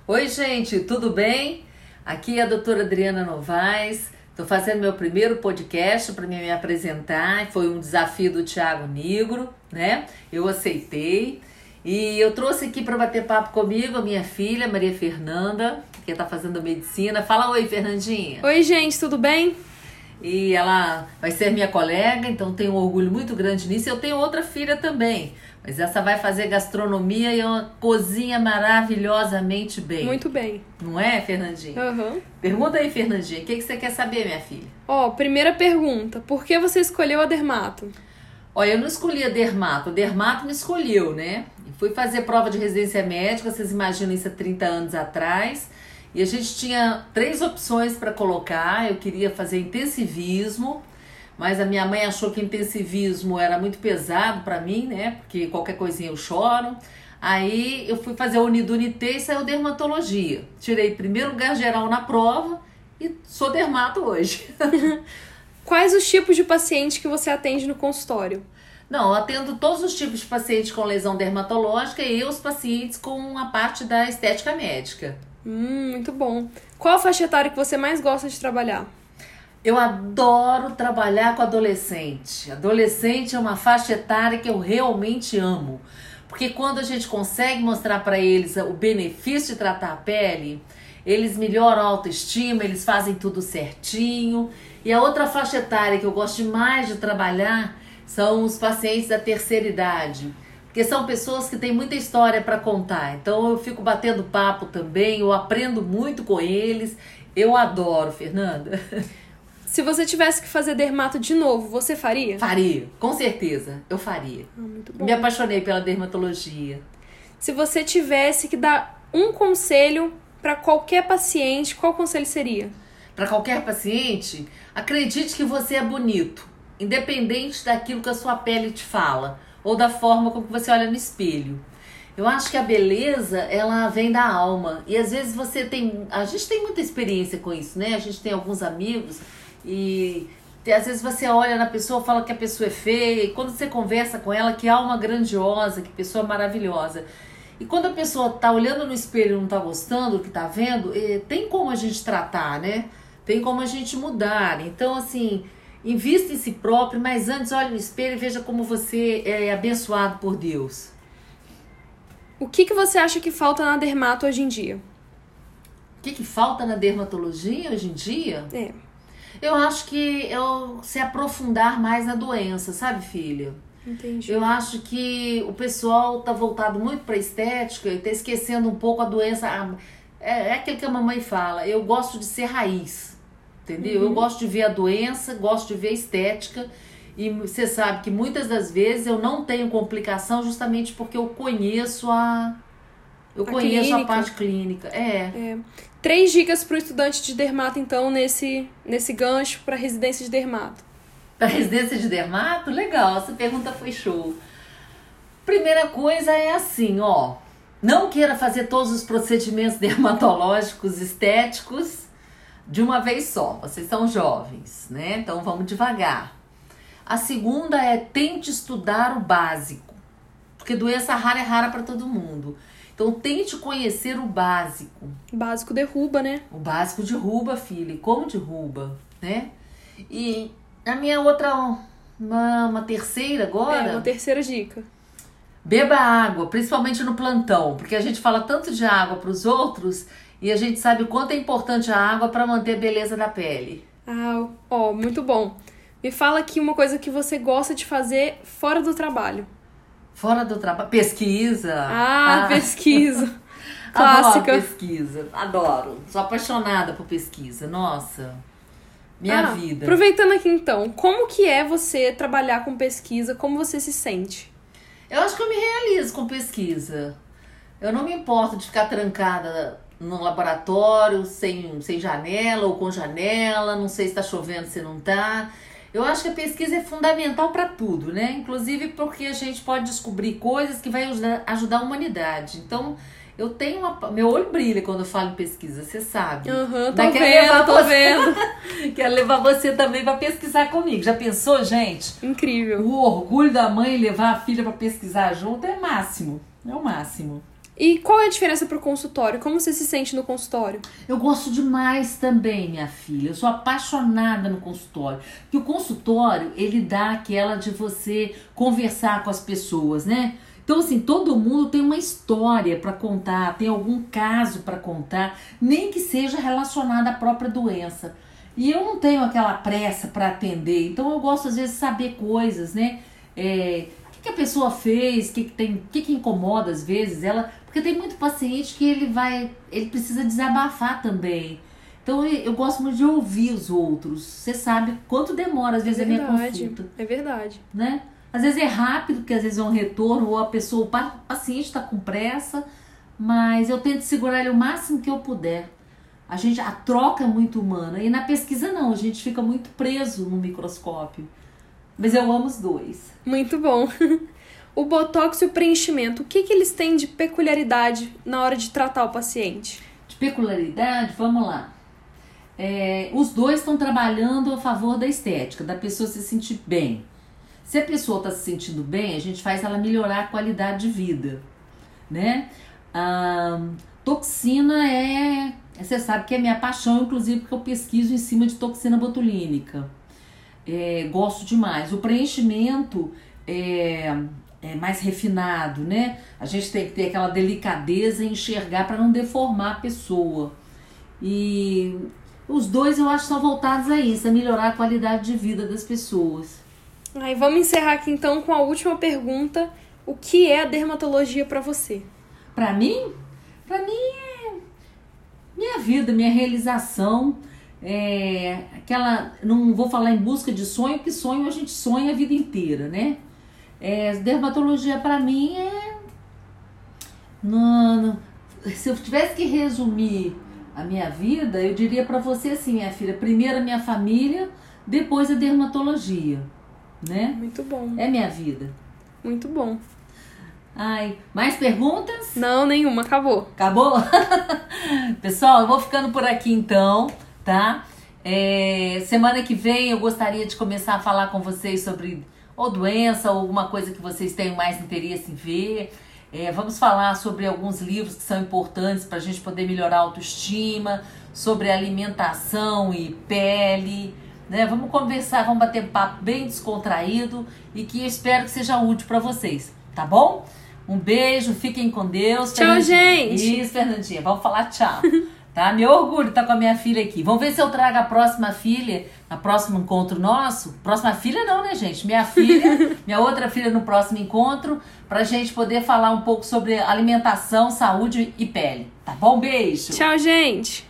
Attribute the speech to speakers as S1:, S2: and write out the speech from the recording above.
S1: Oi, gente, tudo bem? Aqui é a doutora Adriana Novaes. Estou fazendo meu primeiro podcast para me apresentar. Foi um desafio do Thiago Nigro, né? Eu aceitei. E eu trouxe aqui para bater papo comigo a minha filha, Maria Fernanda, que está fazendo medicina. Fala oi, Fernandinha.
S2: Oi, gente, tudo bem?
S1: E ela vai ser minha colega, então tenho um orgulho muito grande nisso. Eu tenho outra filha também, mas essa vai fazer gastronomia e ela cozinha maravilhosamente bem.
S2: Muito bem.
S1: Não é, Fernandinha?
S2: Uhum.
S1: Pergunta aí, Fernandinha, o que você quer saber, minha filha?
S2: Primeira pergunta, por que você escolheu a dermato?
S1: Eu não escolhi a dermato, o dermato me escolheu, né? Fui fazer prova de residência médica, vocês imaginam isso há 30 anos atrás. E a gente tinha 3 opções para colocar. Eu queria fazer intensivismo, mas a minha mãe achou que intensivismo era muito pesado para mim, né? Porque qualquer coisinha eu choro. Aí eu fui fazer a Unidunité e saiu dermatologia. Tirei primeiro lugar geral na prova e sou dermato hoje.
S2: Quais os tipos de paciente que você atende no consultório?
S1: Não, eu atendo todos os tipos de pacientes com lesão dermatológica e os pacientes com a parte da estética médica.
S2: Muito bom. Qual a faixa etária que você mais gosta de trabalhar?
S1: Eu adoro trabalhar com adolescente. Adolescente é uma faixa etária que eu realmente amo. Porque quando a gente consegue mostrar para eles o benefício de tratar a pele, eles melhoram a autoestima, eles fazem tudo certinho. E a outra faixa etária que eu gosto demais de trabalhar são os pacientes da terceira idade. Porque são pessoas que têm muita história para contar. Então eu fico batendo papo também, eu aprendo muito com eles. Eu adoro, Fernanda.
S2: Se você tivesse que fazer dermato de novo, você faria?
S1: Faria, com certeza, eu faria.
S2: Muito bom.
S1: Me apaixonei pela dermatologia.
S2: Se você tivesse que dar um conselho para qualquer paciente, qual conselho seria?
S1: Para qualquer paciente, acredite que você é bonito, independente daquilo que a sua pele te fala ou da forma como você olha no espelho. Eu acho que a beleza, ela vem da alma. E às vezes a gente tem muita experiência com isso, né? A gente tem alguns amigos e às vezes você olha na pessoa, fala que a pessoa é feia, e quando você conversa com ela, que alma grandiosa, que pessoa maravilhosa. E quando a pessoa tá olhando no espelho e não tá gostando do que tá vendo, tem como a gente tratar, né? Tem como a gente mudar. Então, assim, invista em si próprio, mas antes olhe no espelho e veja como você é abençoado por Deus.
S2: O que você acha que falta na dermato hoje em dia?
S1: O que falta na dermatologia hoje em dia? Eu acho que se aprofundar mais na doença, sabe, filha?
S2: Entendi.
S1: Eu acho que o pessoal tá voltado muito pra estética e tá esquecendo um pouco a doença. É aquilo que a mamãe fala, eu gosto de ser raiz, entendeu? Eu gosto de ver a doença, gosto de ver a estética. E você sabe que muitas das vezes eu não tenho complicação justamente porque eu conheço a parte clínica.
S2: 3 dicas para o estudante de dermato, então, nesse gancho para residência de dermato.
S1: Para residência de dermato? Legal, essa pergunta foi show. Primeira coisa é assim, não queira fazer todos os procedimentos dermatológicos, estéticos de uma vez só. Vocês são jovens, né? Então vamos devagar. A segunda é tente estudar o básico, porque doença rara é rara para todo mundo. Então tente conhecer o básico.
S2: O básico derruba, né?
S1: O básico derruba, filha. E como derruba, né? E a minha outra, uma terceira agora...
S2: uma terceira dica.
S1: Beba água, principalmente no plantão, porque a gente fala tanto de água para os outros e a gente sabe o quanto é importante a água para manter a beleza da pele.
S2: Muito bom. Me fala aqui uma coisa que você gosta de fazer fora do trabalho.
S1: Fora do trabalho? Pesquisa.
S2: Pesquisa. Clássica.
S1: Adoro pesquisa, adoro. Sou apaixonada por pesquisa, nossa, minha vida.
S2: Aproveitando aqui então, como que é você trabalhar com pesquisa? Como você se sente?
S1: Eu acho que eu me realizo com pesquisa. Eu não me importo de ficar trancada no laboratório, sem janela ou com janela, não sei se tá chovendo, se não tá. Eu acho que a pesquisa é fundamental para tudo, né? Inclusive porque a gente pode descobrir coisas que vai ajudar a humanidade. Então, eu tenho meu olho brilha quando eu falo em pesquisa, você sabe.
S2: Tô vendo.
S1: Quero levar você também para pesquisar comigo. Já pensou, gente?
S2: Incrível.
S1: O orgulho da mãe levar a filha para pesquisar junto é o máximo.
S2: E qual é a diferença pro consultório? Como você se sente no consultório?
S1: Eu gosto demais também, minha filha. Eu sou apaixonada no consultório. Porque o consultório, ele dá aquela de você conversar com as pessoas, né? Então, assim, todo mundo tem uma história para contar, tem algum caso para contar, nem que seja relacionado à própria doença. E eu não tenho aquela pressa para atender, então eu gosto às vezes de saber coisas, né? O que a pessoa fez, o que incomoda às vezes ela, porque tem muito paciente que ele precisa desabafar também. Então eu gosto muito de ouvir os outros. Você sabe quanto demora às vezes a minha consulta.
S2: É verdade.
S1: Né? Às vezes é rápido, porque às vezes é um retorno, ou o paciente está com pressa, mas eu tento segurar ele o máximo que eu puder. A troca é muito humana. E na pesquisa não, a gente fica muito preso no microscópio. Mas eu amo os dois.
S2: Muito bom. O botox e o preenchimento, o que eles têm de peculiaridade na hora de tratar o paciente?
S1: De peculiaridade, vamos lá. Os dois estão trabalhando a favor da estética, da pessoa se sentir bem. Se a pessoa está se sentindo bem, a gente faz ela melhorar a qualidade de vida, né? Toxina você sabe que é minha paixão, inclusive porque eu pesquiso em cima de toxina botulínica. Gosto demais. O preenchimento é mais refinado, né? A gente tem que ter aquela delicadeza em enxergar para não deformar a pessoa. E os dois eu acho que são voltados a isso, a melhorar a qualidade de vida das pessoas.
S2: Aí vamos encerrar aqui então com a última pergunta. O que é a dermatologia para você?
S1: Para mim? Para mim é minha vida, minha realização. Não vou falar em busca de sonho, porque sonho a gente sonha a vida inteira, né? Dermatologia para mim se eu tivesse que resumir a minha vida, eu diria para você assim, minha filha, primeiro a minha família, depois a dermatologia, né?
S2: Muito bom.
S1: É minha vida.
S2: Muito bom.
S1: Mais perguntas?
S2: Não, nenhuma, acabou.
S1: Acabou? Pessoal, eu vou ficando por aqui então, tá? Semana que vem eu gostaria de começar a falar com vocês sobre ou doença ou alguma coisa que vocês tenham mais interesse em ver. Vamos falar sobre alguns livros que são importantes para a gente poder melhorar a autoestima, sobre alimentação e pele, né? Vamos conversar, vamos bater papo bem descontraído e que eu espero que seja útil para vocês, tá bom? Um beijo, fiquem com Deus.
S2: Tchau, gente!
S1: Isso, Fernandinha, vamos falar tchau. Tá? Meu orgulho tá com a minha filha aqui. Vamos ver se eu trago a próxima filha, no próximo encontro nosso. Próxima filha não, né, gente? Minha filha, minha outra filha no próximo encontro, pra gente poder falar um pouco sobre alimentação, saúde e pele. Tá bom? Beijo!
S2: Tchau, gente!